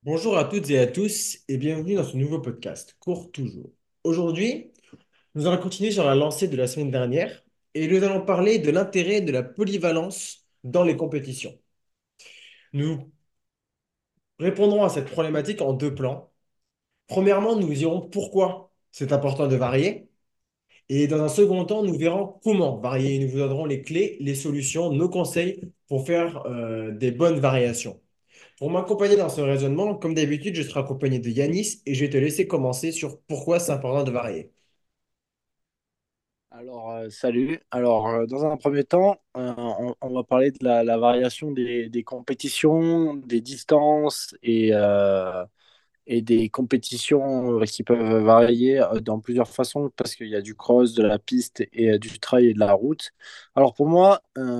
Bonjour à toutes et à tous et bienvenue dans ce nouveau podcast, Cours toujours. Aujourd'hui, nous allons continuer sur la lancée de la semaine dernière et nous allons parler de l'intérêt de la polyvalence dans les compétitions. Nous répondrons à cette problématique en deux plans. Premièrement, nous dirons pourquoi c'est important de varier et dans un second temps, nous verrons comment varier et nous vous donnerons les clés, les solutions, nos conseils pour faire des bonnes variations. Pour m'accompagner dans ce raisonnement, comme d'habitude, je serai accompagné de Yanis et je vais te laisser commencer sur pourquoi c'est important de varier. Salut. Dans un premier temps, on va parler de la variation des compétitions, des distances et des compétitions qui peuvent varier dans plusieurs façons parce qu'il y a du cross, de la piste et du trail et de la route. Alors, pour moi,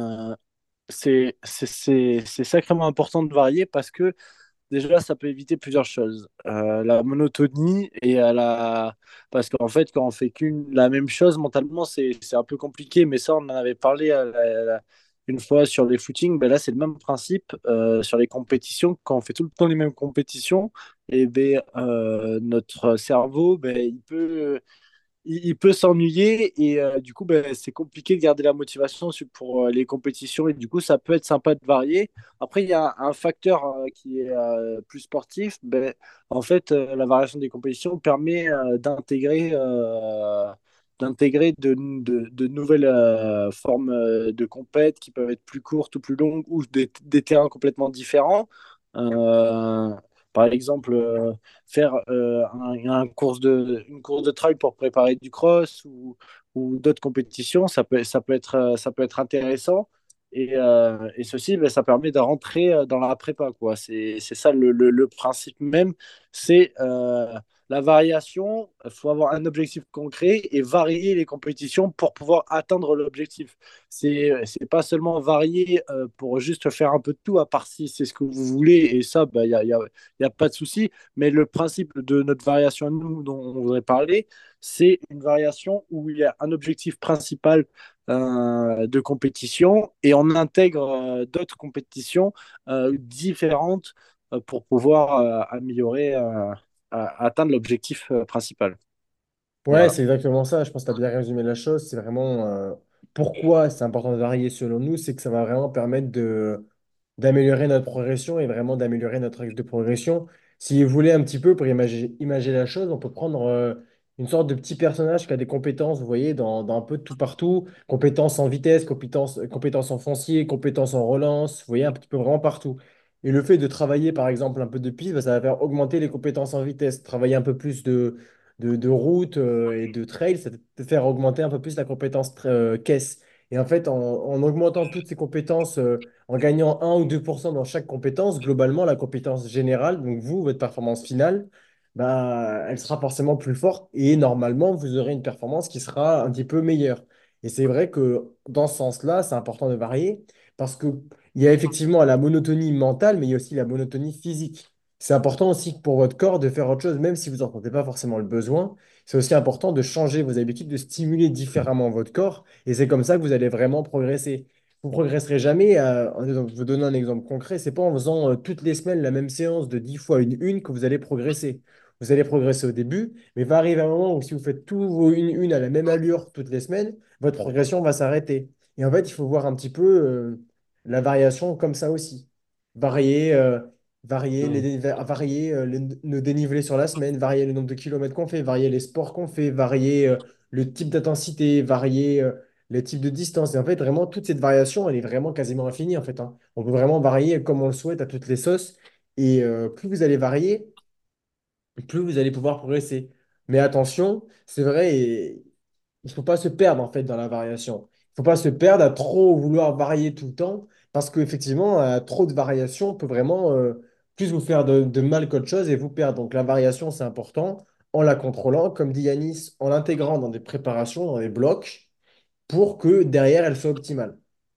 c'est sacrément important de varier parce que déjà, ça peut éviter plusieurs choses. La monotonie parce qu'en fait, quand on fait la même chose mentalement, c'est un peu compliqué. Mais ça, on en avait parlé une fois sur les footings. Ben là, c'est le même principe sur les compétitions. Quand on fait tout le temps les mêmes compétitions, et ben, notre cerveau, ben, il peut s'ennuyer et du coup, ben, c'est compliqué de garder la motivation pour les compétitions et du coup, ça peut être sympa de varier. Après, il y a un facteur qui est plus sportif. Ben, en fait, la variation des compétitions permet d'intégrer de nouvelles formes de compètes qui peuvent être plus courtes ou plus longues ou des terrains complètement différents. Euh, Par exemple, faire une course de trail pour préparer du cross ou d'autres compétitions, ça peut être intéressant. Et ceci, ben, ça permet de rentrer dans la prépa, quoi. C'est ça le principe même, c'est la variation. Il faut avoir un objectif concret et varier les compétitions pour pouvoir atteindre l'objectif. C'est pas seulement varier pour juste faire un peu de tout, à part si c'est ce que vous voulez, et ça, ben, il n'y a pas de souci. Mais le principe de notre variation, nous, dont on voudrait parler, c'est une variation où il y a un objectif principal de compétition et on intègre d'autres compétitions différentes pour pouvoir améliorer, atteindre l'objectif principal. Ouais, Voilà. c'est exactement ça. Je pense que tu as bien résumé la chose. C'est vraiment pourquoi c'est important de varier selon nous, c'est que ça va vraiment permettre d'améliorer notre progression et vraiment d'améliorer notre axe de progression. Si vous voulez un petit peu pour imaginer la chose, on peut prendre une sorte de petit personnage qui a des compétences, vous voyez, dans un peu de tout partout. Compétences en vitesse, compétences en foncier, compétences en relance, vous voyez, un petit peu vraiment partout. Et le fait de travailler, par exemple, un peu de piste, bah, ça va faire augmenter les compétences en vitesse, travailler un peu plus de route et de trail, ça te faire augmenter un peu plus la compétence caisse. Et en fait, en augmentant toutes ces compétences, en gagnant 1 ou 2% dans chaque compétence, globalement, la compétence générale, donc vous, votre performance finale, bah, elle sera forcément plus forte et normalement, vous aurez une performance qui sera un petit peu meilleure. Et c'est vrai que dans ce sens-là, c'est important de varier parce qu'il y a effectivement la monotonie mentale, mais il y a aussi la monotonie physique. C'est important aussi pour votre corps de faire autre chose, même si vous n'en sentez pas forcément le besoin. C'est aussi important de changer vos habitudes, de stimuler différemment votre corps. Et c'est comme ça que vous allez vraiment progresser. Vous progresserez jamais, en vous donnant un exemple concret, c'est pas en faisant toutes les semaines la même séance de 10 fois une que vous allez progresser. Vous allez progresser au début, mais va arriver un moment où si vous faites tous vos une à la même allure toutes les semaines, votre progression va s'arrêter. Et en fait, il faut voir un petit peu la variation comme ça aussi. Varier, varier nos dénivelés sur la semaine, varier le nombre de kilomètres qu'on fait, varier les sports qu'on fait, varier le type d'intensité, varier les types de distance. Et en fait, vraiment, toute cette variation, elle est vraiment quasiment infinie, en fait, hein. On peut vraiment varier comme on le souhaite à toutes les sauces. Et plus vous allez varier, plus vous allez pouvoir progresser. Mais attention, c'est vrai, et il ne faut pas se perdre en fait dans la variation. Il ne faut pas se perdre à trop vouloir varier tout le temps, parce qu'effectivement, trop de variation peut vraiment plus vous faire de mal qu'autre chose et vous perdre. Donc la variation, c'est important en la contrôlant, comme dit Yanis, en l'intégrant dans des préparations, dans des blocs, pour que derrière, elle soit optimale.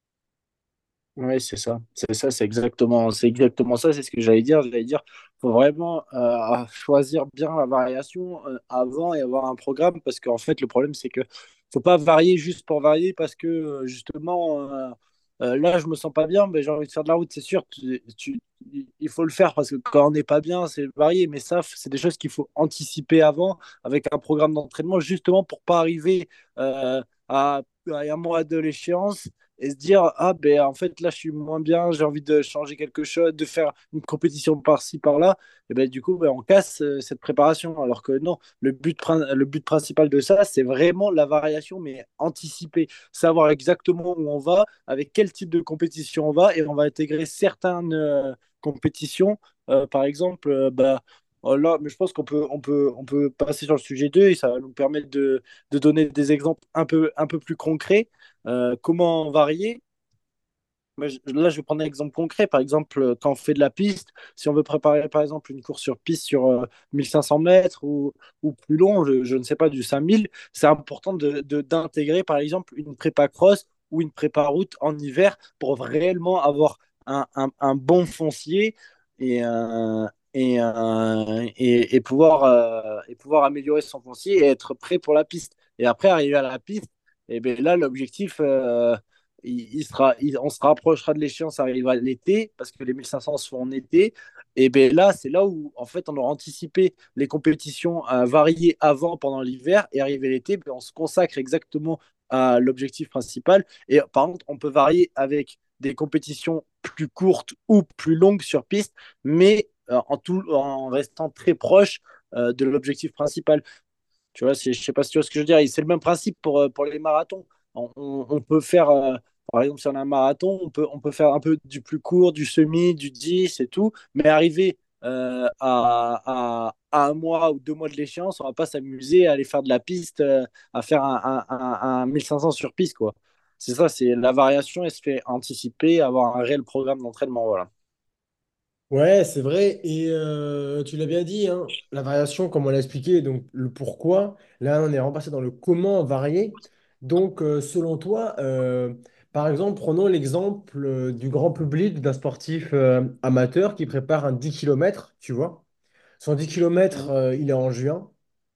Oui, c'est ça. C'est ça, c'est exactement ça. C'est ce que j'allais dire. J'allais dire, faut vraiment choisir bien la variation avant et avoir un programme parce qu'en fait, le problème, c'est que faut pas varier juste pour varier parce que justement, là, je me sens pas bien, mais j'ai envie de faire de la route, c'est sûr. Il faut le faire parce que quand on n'est pas bien, c'est varié. Mais ça, c'est des choses qu'il faut anticiper avant avec un programme d'entraînement, justement pour pas arriver à un mois de l'échéance et se dire, ah ben en fait là je suis moins bien, j'ai envie de changer quelque chose, de faire une compétition par-ci par-là, et ben du coup ben, on casse cette préparation. Alors que non, le but principal de ça, c'est vraiment la variation, mais anticiper, savoir exactement où on va, avec quel type de compétition on va, et on va intégrer certaines compétitions. Par exemple, oh là, mais je pense on peut passer sur le sujet 2 et ça va nous permettre de donner des exemples un peu plus concrets. Comment varier? Là, je vais prendre un exemple concret. Par exemple, quand on fait de la piste, si on veut préparer par exemple une course sur piste sur 1500 mètres ou plus long, je ne sais pas, du 5000, c'est important d'intégrer par exemple une prépa cross ou une prépa route en hiver pour réellement avoir un bon foncier et, et pouvoir améliorer son foncier et être prêt pour la piste. Et après, arriver à la piste, et bien là, l'objectif, on se rapprochera de l'échéance arrive à l'été, parce que les 1500 se font en été. Et bien là, c'est là où, en fait, on aura anticipé les compétitions variées avant, pendant l'hiver, et arrivé l'été, ben, on se consacre exactement à l'objectif principal. Et par contre, on peut varier avec des compétitions plus courtes ou plus longues sur piste, mais en restant très proche de l'objectif principal. Tu vois, je sais pas si tu vois ce que je veux dire. Et c'est le même principe pour les marathons. On peut faire, par exemple, si on a un marathon, on peut faire un peu du plus court, du semi, du 10 et tout, mais arriver à un mois ou 2 mois de l'échéance, on va pas s'amuser à aller faire de la piste, à faire un 1500 sur piste, quoi. C'est ça, c'est la variation, elle se fait anticiper, avoir un réel programme d'entraînement, voilà. Ouais, c'est vrai. Et tu l'as bien dit, hein, la variation, comme on l'a expliqué, donc le pourquoi, là on est repassé dans le comment varier. Donc selon toi, par exemple, prenons l'exemple du grand public d'un sportif amateur qui prépare un 10 kilomètres, tu vois. Son 10 kilomètres, Mhm. il est en juin,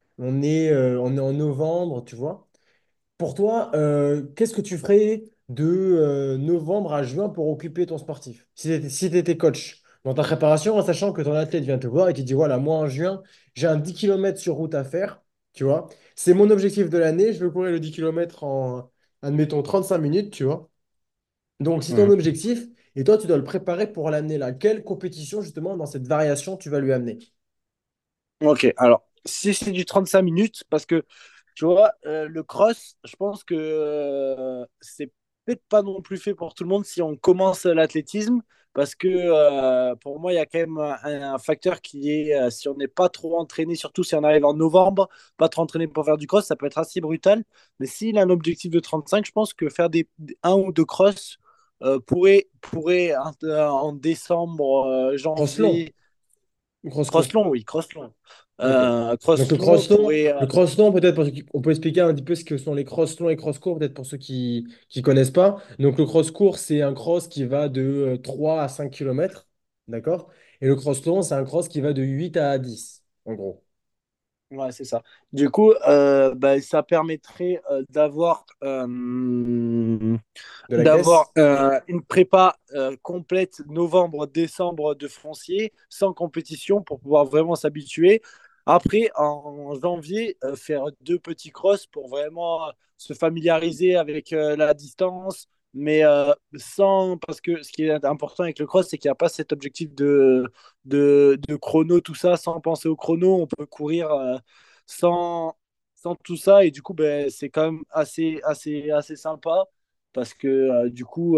on est en novembre, tu vois. Pour toi, qu'est-ce que tu ferais de novembre à juin pour occuper ton sportif? Si tu étais coach dans ta préparation, en sachant que ton athlète vient te voir et te dit, voilà, moi en juin, j'ai un 10 kilomètres sur route à faire, tu vois. C'est mon objectif de l'année, je veux courir le 10 kilomètres en, admettons, 35 minutes, tu vois. Donc, c'est ton Mhm. objectif et toi, tu dois le préparer pour l'amener là. Quelle compétition, justement, dans cette variation, tu vas lui amener? Ok, alors, si c'est du 35 minutes, parce que, tu vois, le cross, je pense que c'est peut-être pas non plus fait pour tout le monde si on commence l'athlétisme, parce que pour moi, il y a quand même un facteur qui est, si on n'est pas trop entraîné, surtout si on arrive en novembre, pas trop entraîné pour faire du cross, ça peut être assez brutal. Mais s'il a un objectif de 35, je pense que faire un ou deux cross pourrait en décembre, Cross-long, janvier. cross-court. Crosslon, oui, Crosslon. Ok. Donc Crosslon pourrait. le crosslon peut-être on peut expliquer un petit peu ce que sont les crosslongs et cross-courts, peut-être pour ceux qui connaissent pas. Donc le cross-court, c'est un cross qui va de 3 à 5 kilomètres, d'accord? Et le crosslong, c'est un cross qui va de 8 à 10, en gros, Ouais, c'est ça. Du coup, bah, ça permettrait de la d'avoir caisse. une prépa complète novembre-décembre de foncier sans compétition pour pouvoir vraiment s'habituer. Après, en janvier, faire deux petits crosses pour vraiment se familiariser avec la distance, mais sans, parce que ce qui est important avec le cross, c'est qu'il n'y a pas cet objectif de chrono, tout ça, sans penser au chrono, on peut courir sans, sans tout ça, et du coup, ben, c'est quand même assez sympa parce que du coup,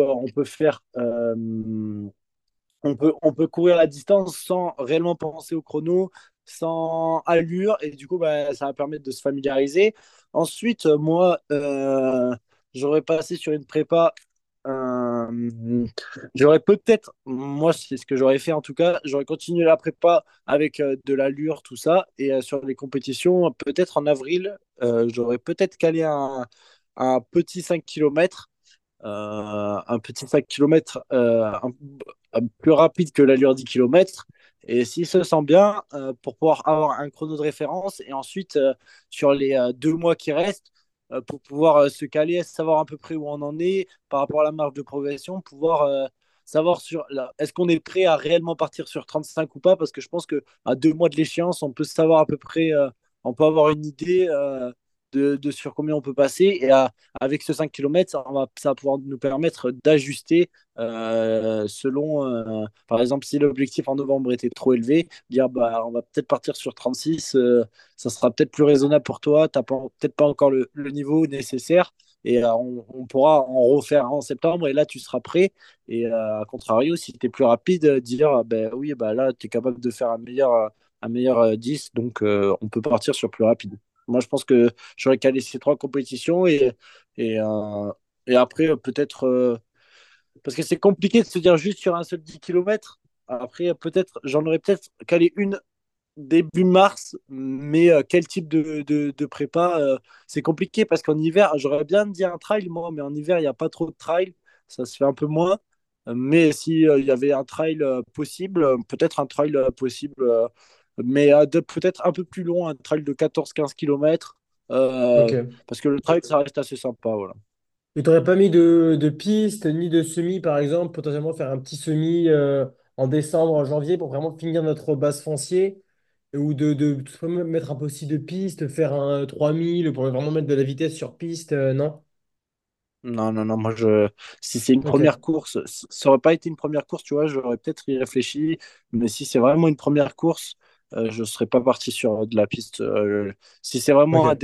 on peut courir la distance sans réellement penser au chrono, sans allure, et du coup, bah, ça va permettre de se familiariser. Ensuite, moi, j'aurais passé sur une prépa. J'aurais peut-être, moi, c'est ce que j'aurais fait en tout cas, j'aurais continué la prépa avec de l'allure, tout ça, et sur les compétitions, peut-être en avril, j'aurais peut-être calé un petit 5 km un petit 5 km plus rapide que l'allure 10 km. Et s'il se sent bien, pour pouvoir avoir un chrono de référence, et ensuite, sur les 2 mois qui restent, pour pouvoir se caler, savoir à peu près où on en est par rapport à la marge de progression, pouvoir savoir est-ce qu'on est prêt à réellement partir sur 35 ou pas, parce que je pense que à 2 mois de l'échéance, on peut savoir à peu près, on peut avoir une idée sur combien on peut passer. Et avec ce 5 km, ça va pouvoir nous permettre d'ajuster selon, par exemple, si l'objectif en novembre était trop élevé, dire bah, on va peut-être partir sur 36, ça sera peut-être plus raisonnable pour toi, tu n'as peut-être pas encore le niveau nécessaire. Et on pourra en refaire en septembre et là tu seras prêt. Et à contrario, si tu es plus rapide, dire ben oui, bah là tu es capable de faire un meilleur 10, donc on peut partir sur plus rapide. Moi, je pense que j'aurais calé ces 3 compétitions et, euh, et après, peut-être. Parce que c'est compliqué de se dire juste sur un seul 10 km. Après, peut-être, j'en aurais peut-être calé une début mars, mais quel type de prépa c'est compliqué parce qu'en hiver, j'aurais bien dit un trail, moi, mais en hiver, il n'y a pas trop de trail. Ça se fait un peu moins. Mais si il y avait un trail possible, peut-être un trail possible, mais peut-être un peu plus long, un trail de 14-15 km. Ok. Parce que le trail, ça reste assez sympa. Voilà. Et t'aurais pas mis de piste ni de semi, par exemple, potentiellement faire un petit semi en décembre, en janvier, pour vraiment finir notre base foncier, ou de tout simplement mettre un peu aussi de piste, faire un 3000 pour vraiment mettre de la vitesse sur piste, non? Non, non, non, si c'est une Ok. première course, ça aurait pas été une première course, tu vois, j'aurais peut-être y réfléchi, mais si c'est vraiment une première course, je serais pas parti sur de la piste. Si c'est vraiment un Ok.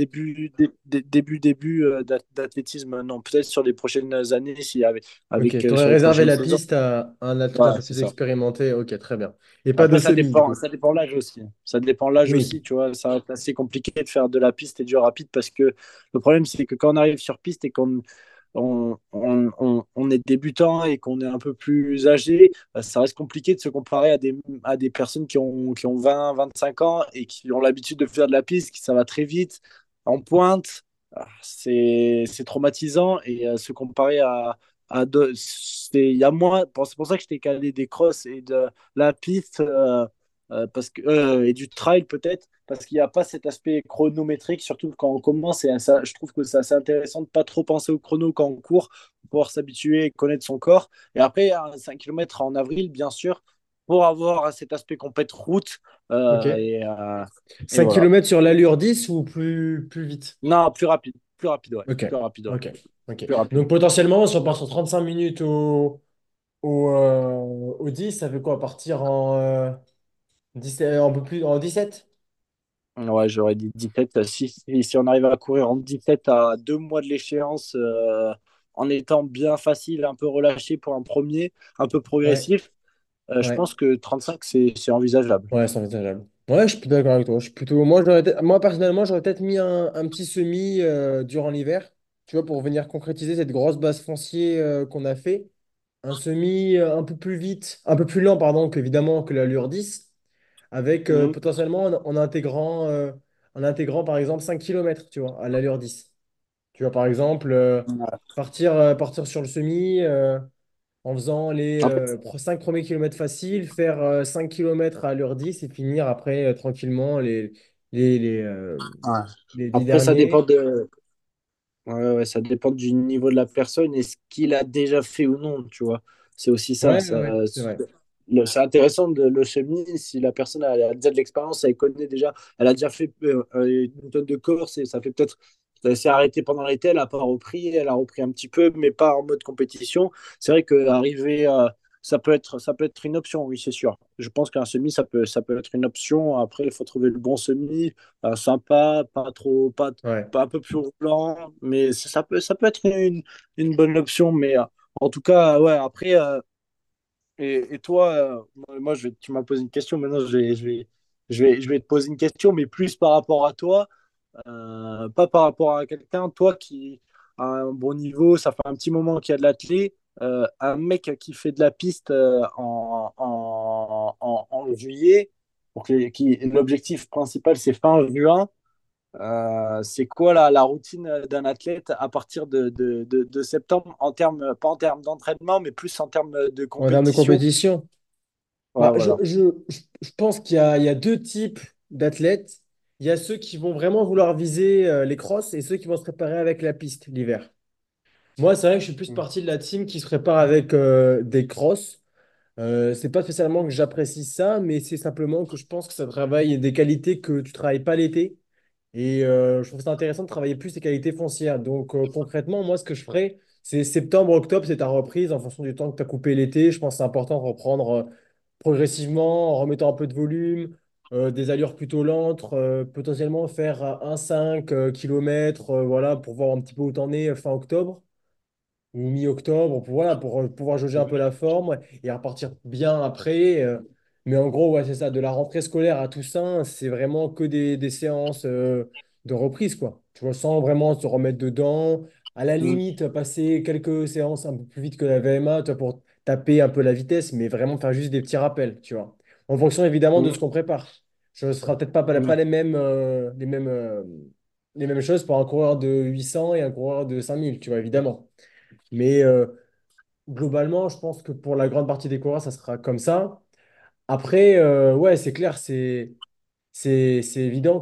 début d'athlétisme, non, peut-être sur les prochaines années, si Ok. sur T'aurais les réservé prochaines la saisons. piste à un athlète un Ouais, peu c'est plus ça. expérimenté. Ok, très bien. Et pas de Après, semi, du coup. ça dépend l'âge aussi. Ça dépend l'âge Oui. aussi, tu vois. Ça va être assez compliqué de faire de la piste et du rapide parce que le problème, c'est que quand on arrive sur piste et qu'on on est débutant et qu'on est un peu plus âgé, ça reste compliqué de se comparer à des personnes qui ont 20-25 ans et qui ont l'habitude de faire de la piste, qui ça va très vite, en pointe. C'est traumatisant et se comparer il y a moins. Bon, c'est pour ça que je t'ai calé des crosses et de la piste et du trail peut-être parce qu'il n'y a pas cet aspect chronométrique, surtout quand on commence. Et ça, je trouve que c'est assez intéressant de ne pas trop penser au chrono quand on court, pour pouvoir s'habituer et connaître son corps. Et après, un 5 km en avril, bien sûr, pour avoir cet aspect complète route. Ok. euh, et, euh, et 5 voilà. km sur l'allure 10 ou plus vite? Non, plus rapide. Plus rapide, ouais. Ok. Plus rapide, ouais. Ok. Ok. Plus rapide. Donc potentiellement, si on part sur 35 minutes au 10, ça fait quoi? Partir en, 17, un peu plus, en 17. Ouais, j'aurais dit 17. Si on arrive à courir en 17 à 2 mois de l'échéance, en étant bien facile, un peu relâché pour un premier, un peu Ouais. progressif, je Ouais. pense que 35, c'est envisageable. Ouais, c'est envisageable. Ouais, je suis plutôt d'accord avec toi. Je suis plutôt... moi, personnellement, j'aurais peut-être mis un petit semi durant l'hiver, tu vois, pour venir concrétiser cette grosse base foncier qu'on a fait. Un semi un peu plus vite, un peu plus lent, pardon, qu'évidemment que l'allure 10, avec Mhm. potentiellement en intégrant, par exemple, 5 km, tu vois, à l'allure 10. Tu vois, par exemple, Ouais. partir sur le semi. En faisant les En fait, 5 premiers kilomètres faciles, faire 5 kilomètres à l'heure 10 et finir après tranquillement les, les, euh, ouais. les 10 Après, ça dépend derniers. de, ouais, ouais, ça dépend du niveau de la personne et ce qu'il a déjà fait ou non, tu vois. C'est aussi ça. Ouais, ouais, ouais, c'est vrai. C'est intéressant de le chemin si la personne a déjà de l'expérience, elle connaît déjà, elle a déjà fait une tonne de course et ça fait peut-être. Elle s'est arrêtée pendant l'été, elle n'a pas repris, elle a repris un petit peu, mais pas en mode compétition. C'est vrai qu'arriver, ça peut être une option, oui, c'est sûr. Je pense qu'un semi, ça peut être une option. Après, il faut trouver le bon semi, sympa, pas trop, Ouais. pas un peu plus roulant, mais ça peut être une bonne option. Mais en tout cas, ouais, après, et toi, moi, tu m'as posé une question, maintenant, je vais te poser une question, mais plus par rapport à toi, pas par rapport à quelqu'un, toi qui a un bon niveau, ça fait un petit moment qu'il y a de l'athlé, un mec qui fait de la piste en juillet, l'objectif principal, c'est fin juin. C'est quoi la routine d'un athlète à partir de septembre, pas en termes d'entraînement, mais plus en termes de En termes de compétition? compétition, Ouais, bah, voilà. je pense qu'il y a deux types d'athlètes. Il y a ceux qui vont vraiment vouloir viser les crosses et ceux qui vont se préparer avec la piste l'hiver. Moi, c'est vrai que je suis plus Mm. partie de la team qui se prépare avec des crosses. C'est pas spécialement que j'apprécie ça, mais c'est simplement que je pense que ça travaille des qualités que tu travailles pas l'été. Et je trouve ça intéressant de travailler plus les qualités foncières. Donc concrètement, moi, ce que je ferais, c'est septembre, octobre, c'est ta reprise en fonction du temps que tu as coupé l'été. Je pense que c'est important de reprendre progressivement, en remettant un peu de volume, des allures plutôt lentes, potentiellement faire 1,5 km, voilà, pour voir un petit peu où t'en es fin octobre ou mi-octobre, voilà, pour pouvoir jauger un peu la forme et repartir bien après. Mais en gros, ouais, c'est ça, de la rentrée scolaire à Toussaint, c'est vraiment que des séances de reprise, quoi. Tu vois, sans vraiment se remettre dedans. À la Mm. limite, passer quelques séances un peu plus vite que la VMA, tu vois, pour taper un peu la vitesse, mais vraiment faire juste des petits rappels, tu vois. En fonction évidemment de ce qu'on Mm. prépare. Ce ne sera peut-être pas Mm. les mêmes choses pour un coureur de 800 et un coureur de 5000, tu vois, évidemment. Mais globalement, je pense que pour la grande partie des coureurs, ça sera comme ça. Après, ouais, c'est clair, c'est évident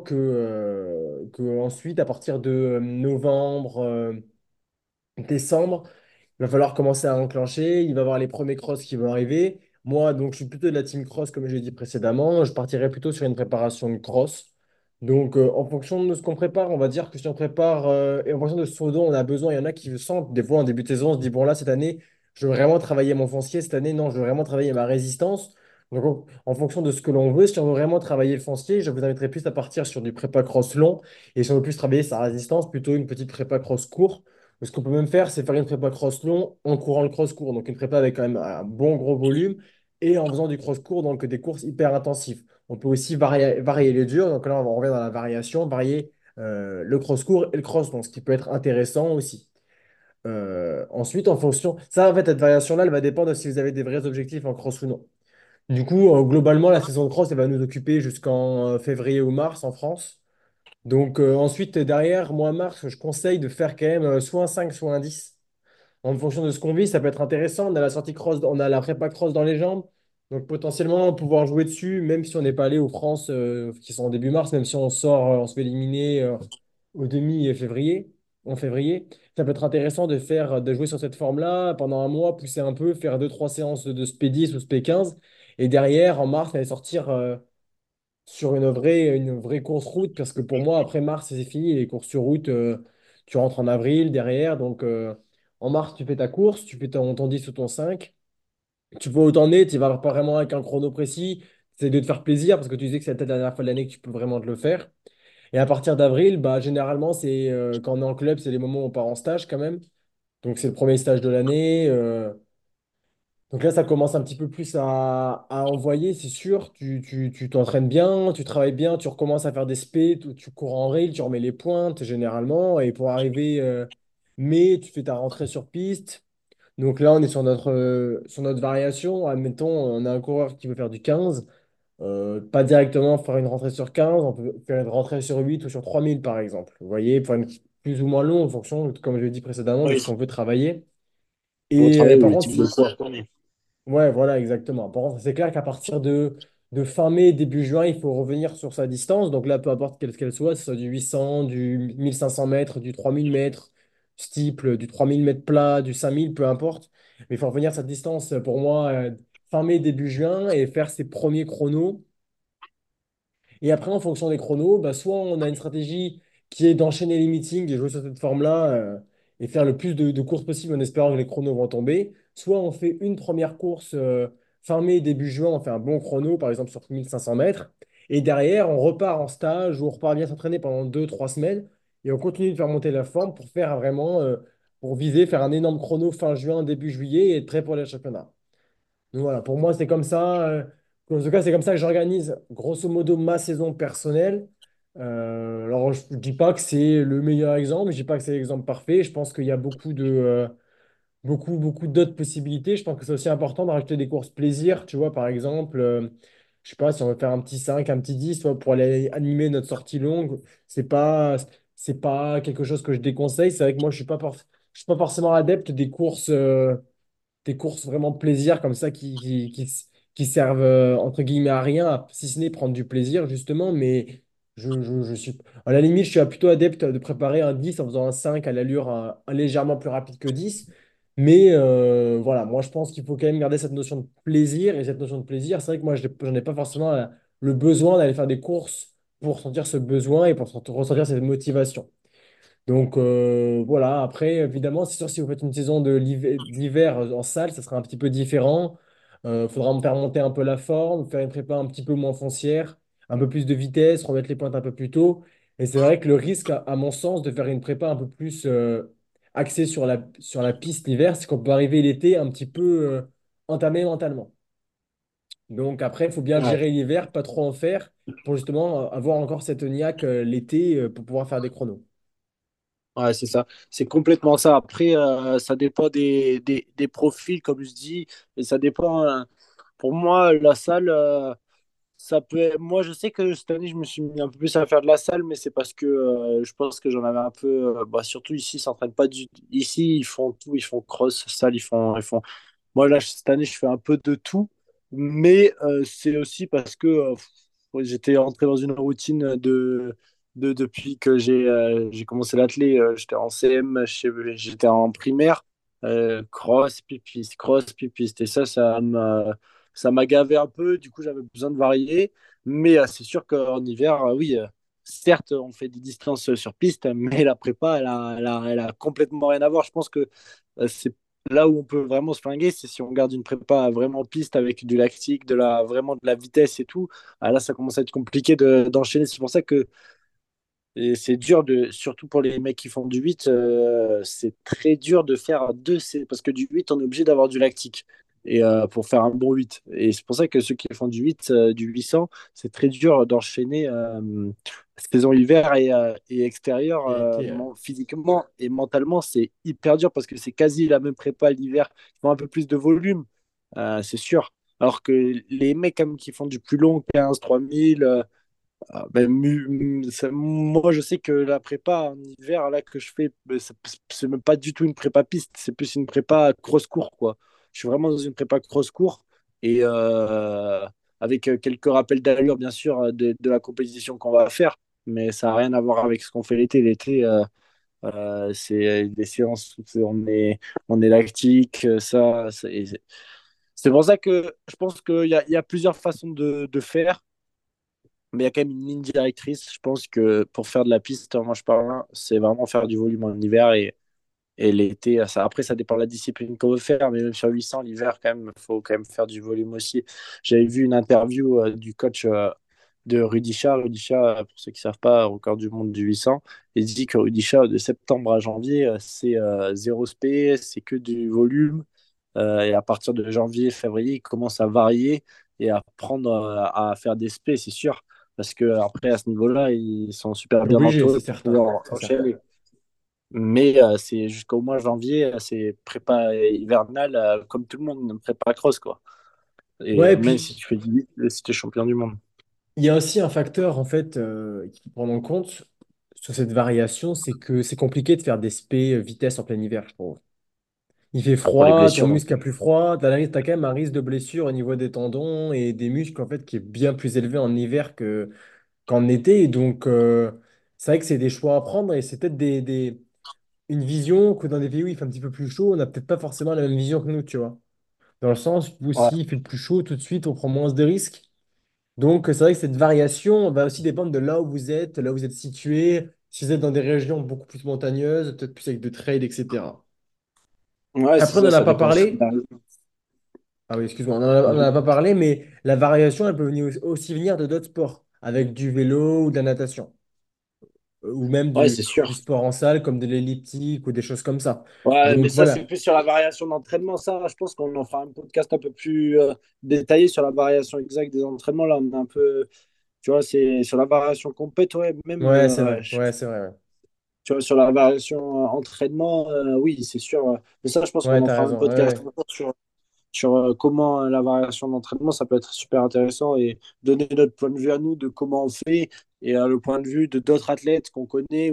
que ensuite, à partir de novembre, décembre, il va falloir commencer à enclencher. Il va y avoir les premiers crosses qui vont arriver. Moi, donc, je suis plutôt de la team cross, comme j'ai dit précédemment. Je partirai plutôt sur une préparation de cross. Donc, en fonction de ce qu'on prépare, on va dire que si on prépare, et en fonction de ce dont on a besoin, il y en a qui le sentent. Des fois, en début de saison, on se dit, bon, là, cette année, je veux vraiment travailler mon foncier. Cette année, non, je veux vraiment travailler ma résistance. Donc, en fonction de ce que l'on veut, si on veut vraiment travailler le foncier, je vous inviterai plus à partir sur du prépa cross long. Et si on veut plus travailler sa résistance, plutôt une petite prépa cross court. Ce qu'on peut même faire, c'est faire une prépa cross long en courant le cross court. Donc une prépa avec quand même un bon gros volume et en faisant du cross court, donc des courses hyper intensives. On peut aussi varier les durs. Donc là, on va revenir dans la variation, varier le cross court et le cross long, ce qui peut être intéressant aussi. Ensuite, en fonction, ça en fait, cette variation-là, elle va dépendre de si vous avez des vrais objectifs en cross ou non. Du coup, globalement, la saison de cross, elle va nous occuper jusqu'en février ou mars en France. Donc ensuite, derrière, moi, mars, je conseille de faire quand même soit un 5 soit un 10 en fonction de ce qu'on vit, ça peut être intéressant. On a la sortie cross, on a la prépa cross dans les jambes. Donc potentiellement pouvoir jouer dessus, même si on n'est pas allé aux France qui sont en début mars, même si on sort, on se fait éliminer au demi-février, en février. Ça peut être intéressant de faire, de jouer sur cette forme-là pendant un mois, pousser un peu, faire deux trois séances de SP10 ou SP15. Et derrière, en mars, aller sortir sur une vraie course route, parce que pour moi, après mars, c'est fini. Les courses sur route, tu rentres en avril derrière. Donc, en mars, tu fais ta course, tu fais ton 10 ou ton 5. Tu peux où t'en es, tu vas pas vraiment avec un chrono précis. C'est de te faire plaisir, parce que tu disais que c'est peut-être la dernière fois de l'année que tu peux vraiment te le faire. Et à partir d'avril, bah, généralement, c'est quand on est en club, c'est les moments où on part en stage quand même. Donc, c'est le premier stage de l'année. Donc là, ça commence un petit peu plus à envoyer, c'est sûr. Tu t'entraînes bien, tu travailles bien, tu recommences à faire des spés, tu cours en rail, tu remets les pointes généralement. Et pour arriver mai, tu fais ta rentrée sur piste. Donc là, on est sur notre variation. Admettons, on a un coureur qui veut faire du 15. Pas directement faire une rentrée sur 15, on peut faire une rentrée sur 8 ou sur 3000 par exemple. Vous voyez, pour une plus ou moins long en fonction, comme je l'ai dit précédemment, de ce Oui, qu'on veut travailler. au Et travail ou par le contre, type de course qu'on est. ouais, voilà, exactement. Par contre, c'est clair qu'à partir de fin mai, début juin, il faut revenir sur sa distance. Donc là, peu importe qu'elle soit, que ce soit du 800, du 1500 mètres, du 3000 mètres, steeple, du 3000 mètres plat, du 5000, peu importe. Mais il faut revenir à cette distance pour moi fin mai, début juin et faire ses premiers chronos. Et après, en fonction des chronos, bah, soit on a une stratégie qui est d'enchaîner les meetings et jouer sur cette forme-là et faire le plus de courses possible en espérant que les chronos vont tomber. Soit on fait une première course fin mai, début juin, on fait un bon chrono, par exemple sur 1500 mètres. Et derrière, on repart en stage ou on repart bien s'entraîner pendant 2 3 semaines et on continue de faire monter la forme pour faire vraiment, pour viser, faire un énorme chrono fin juin, début juillet et être prêt pour les championnats. Donc voilà, pour moi, c'est comme ça. En tout cas, c'est comme ça que j'organise grosso modo ma saison personnelle. Alors, je ne dis pas que c'est le meilleur exemple, je ne dis pas que c'est l'exemple parfait. Je pense qu'il y a beaucoup d'autres possibilités. Je pense que c'est aussi important de rajouter des courses plaisir. Tu vois, par exemple, je sais pas, si on veut faire un petit 5 un petit 10 tu vois, pour aller animer notre sortie longue, c'est pas, c'est pas quelque chose que je déconseille. C'est vrai que moi, je suis pas forcément adepte des courses vraiment plaisir comme ça qui servent entre guillemets à rien, si ce n'est prendre du plaisir justement. Mais Je suis... À la limite, je suis plutôt adepte de préparer un 10 en faisant un 5 à l'allure légèrement plus rapide que 10. Mais voilà, moi je pense qu'il faut quand même garder cette notion de plaisir. Et cette notion de plaisir, c'est vrai que moi, j'en ai pas forcément le besoin d'aller faire des courses pour sentir ce besoin et pour ressentir cette motivation. Donc voilà, après, évidemment, c'est sûr, si vous faites une saison de l'hiver en salle, ça sera un petit peu différent. Il faudra me faire monter un peu la forme, faire une prépa un petit peu moins foncière, un peu plus de vitesse, remettre les pointes un peu plus tôt. Et c'est vrai que le risque, à mon sens, de faire une prépa un peu plus axée sur la piste l'hiver, c'est qu'on peut arriver l'été un petit peu entamé mentalement. Donc après, il faut bien Ouais. gérer l'hiver, pas trop en faire, pour justement avoir encore cette niaque l'été pour pouvoir faire des chronos. Ouais, c'est ça. C'est complètement ça. Après, ça dépend des profils, comme je dis, et ça dépend. Pour moi, la salle, ça peut. Moi, je sais que cette année, je me suis mis un peu plus à faire de la salle, mais c'est parce que je pense que j'en avais un peu. Bah, surtout ici, ils s'entraînent pas du. Ici, ils font tout. Ils font cross, salle, ils font. Moi, là, cette année, je fais un peu de tout, mais c'est aussi parce que ouais, j'étais rentré dans une routine depuis que j'ai commencé l'athlé. J'étais en CM, j'étais en primaire, cross, pipiste. Et ça m'a gavé un peu. Du coup, j'avais besoin de varier. Mais c'est sûr qu'en hiver, oui, certes, on fait des distances sur piste, mais la prépa, elle a complètement rien à voir. Je pense que c'est là où on peut vraiment se flinguer, c'est si on garde une prépa vraiment piste avec du lactique, vraiment de la vitesse et tout. Ah, là, ça commence à être compliqué d'enchaîner. C'est pour ça que et c'est dur, surtout pour les mecs qui font du 8, c'est très dur de faire parce que du 8, on est obligé d'avoir du lactique pour faire un bon 8. Et c'est pour ça que ceux qui font du 8, du 800, c'est très dur d'enchaîner saison hiver et extérieur Et été, physiquement et mentalement, c'est hyper dur parce que c'est quasi la même prépa l'hiver. Ils font un peu plus de volume, c'est sûr. Alors que les mecs comme, qui font du plus long, 15, 3000, ben, moi, je sais que la prépa en hiver là que je fais, ben, c'est même pas du tout une prépa piste, c'est plus une prépa cross-court, quoi. Je suis vraiment dans une prépa cross-court et avec quelques rappels d'allure, bien sûr, de la compétition qu'on va faire, mais ça n'a rien à voir avec ce qu'on fait l'été. L'été, c'est des séances où on est lactique, c'est pour ça que je pense qu'il y a plusieurs façons de faire. Mais il y a quand même une ligne directrice. Je pense que pour faire de la piste, moi je parle, là, c'est vraiment faire du volume en hiver et l'été. Après, ça dépend de la discipline qu'on veut faire, mais même sur 800, l'hiver, quand même, il faut quand même faire du volume aussi. J'avais vu une interview du coach de Rudisha. Rudisha, pour ceux qui ne savent pas, record du monde du 800. Il dit que Rudisha, de septembre à janvier, c'est zéro spé, c'est que du volume. Et à partir de janvier, février, il commence à varier et à prendre à faire des spés, c'est sûr. Parce que après, à ce niveau-là, ils sont super bien obligé, c'est entourés pour certain. pouvoir C'est certain. enchaîner. Mais c'est jusqu'au mois de janvier, c'est prépa hivernale, comme tout le monde, prépa cross, quoi. Et Ouais, et même si puis tu fais du 8, si tu es champion du monde. il y a aussi un facteur en fait qu'il faut prendre en compte sur cette variation, c'est que c'est compliqué de faire des spé vitesse en plein hiver, je trouve. Il fait Ah, pour les froid, ton blessures. muscle a plus froid, t'as quand même un risque de blessure au niveau des tendons et des muscles en fait qui est bien plus élevé en hiver qu'en été. Et donc c'est vrai que c'est des choix à prendre et c'est peut-être une vision que dans des pays où il fait un petit peu plus chaud, on n'a peut-être pas forcément la même vision que nous, tu vois. Dans le sens où Ouais, s'il fait plus chaud, tout de suite, on prend moins de risques. Donc, c'est vrai que cette variation va aussi dépendre de là où vous êtes situé. Si vous êtes dans des régions beaucoup plus montagneuses, peut-être plus avec de trails, etc. ouais, c'est Après, on ça, n'en a ça pas dépend aussi. parlé. Ah oui, excuse-moi, on en a pas parlé, mais la variation, elle peut venir aussi venir de d'autres sports, avec du vélo ou de la natation, ou même Ouais, du, c'est sûr. du sport en salle, comme de l'elliptique ou des choses comme ça. Ouais, mais Donc, ça, c'est voilà. plus sur la variation d'entraînement. Ça, je pense qu'on en fera un podcast un peu plus détaillé sur la variation exacte des entraînements. Là, on est un peu, tu vois, c'est sur la variation complète, ouais, même, Ouais, c'est vrai. Ouais, c'est vrai. Ouais, tu vois, sur la variation entraînement, oui, c'est sûr. Mais ça, je pense qu'on ouais, en t'as fera un raison. Ouais, podcast ouais. sur comment la variation d'entraînement, ça peut être super intéressant et donner notre point de vue à nous de comment on fait et le point de vue de d'autres athlètes qu'on connaît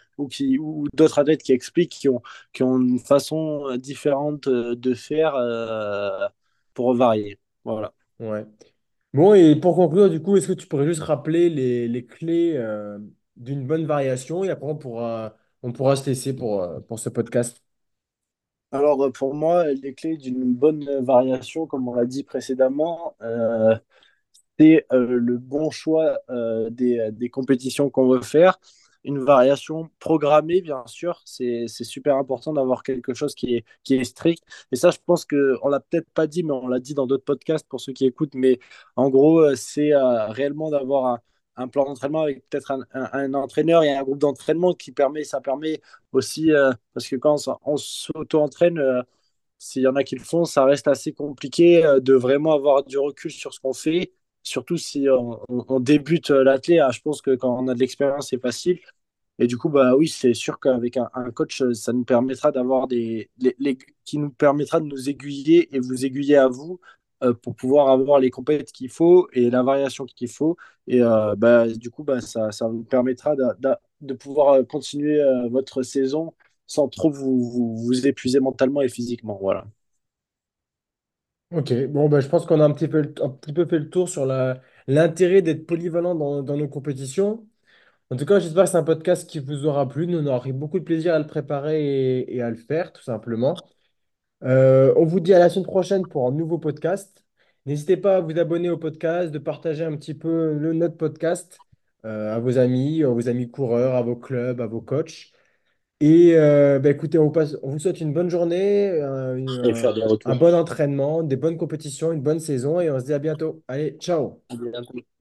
ou d'autres athlètes qui expliquent, qui ont une façon différente de faire pour varier. Voilà. Ouais. Bon, et pour conclure, du coup, est-ce que tu pourrais juste rappeler les clés d'une bonne variation et après on pourra se laisser pour ce podcast. Alors, pour moi, les clés d'une bonne variation, comme on l'a dit précédemment, c'est le bon choix des compétitions qu'on veut faire. Une variation programmée, bien sûr, c'est super important d'avoir quelque chose qui est strict. Et ça, je pense qu'on l'a peut-être pas dit, mais on l'a dit dans d'autres podcasts pour ceux qui écoutent. Mais en gros, c'est réellement d'avoir un plan d'entraînement avec peut-être un entraîneur et un groupe d'entraînement ça permet aussi, parce que quand on s'auto-entraîne, s'il y en a qui le font, ça reste assez compliqué de vraiment avoir du recul sur ce qu'on fait, surtout si on débute l'athlète. Je pense que quand on a de l'expérience, c'est facile. Et du coup, bah oui, c'est sûr qu'avec un coach, ça nous permettra d'avoir qui nous permettra de nous aiguiller et vous aiguiller à vous pour pouvoir avoir les compétences qu'il faut et la variation qu'il faut. Et bah, du coup, bah, ça vous permettra de pouvoir continuer votre saison sans trop vous épuiser mentalement et physiquement. Voilà. Ok, bon, ben, je pense qu'on a un petit peu fait le tour sur l'intérêt d'être polyvalent dans nos compétitions. En tout cas, j'espère que c'est un podcast qui vous aura plu. Nous, on aura pris beaucoup de plaisir à le préparer et à le faire, tout simplement. On vous dit à la semaine prochaine pour un nouveau podcast. N'hésitez pas à vous abonner au podcast, de partager un petit peu notre podcast à vos amis coureurs, à vos clubs, à vos coachs. Et bah, écoutez, on vous souhaite une bonne journée, Et faire des un retours. bon entraînement, des bonnes compétitions, une bonne saison et on se dit à bientôt. Allez, ciao! À bientôt.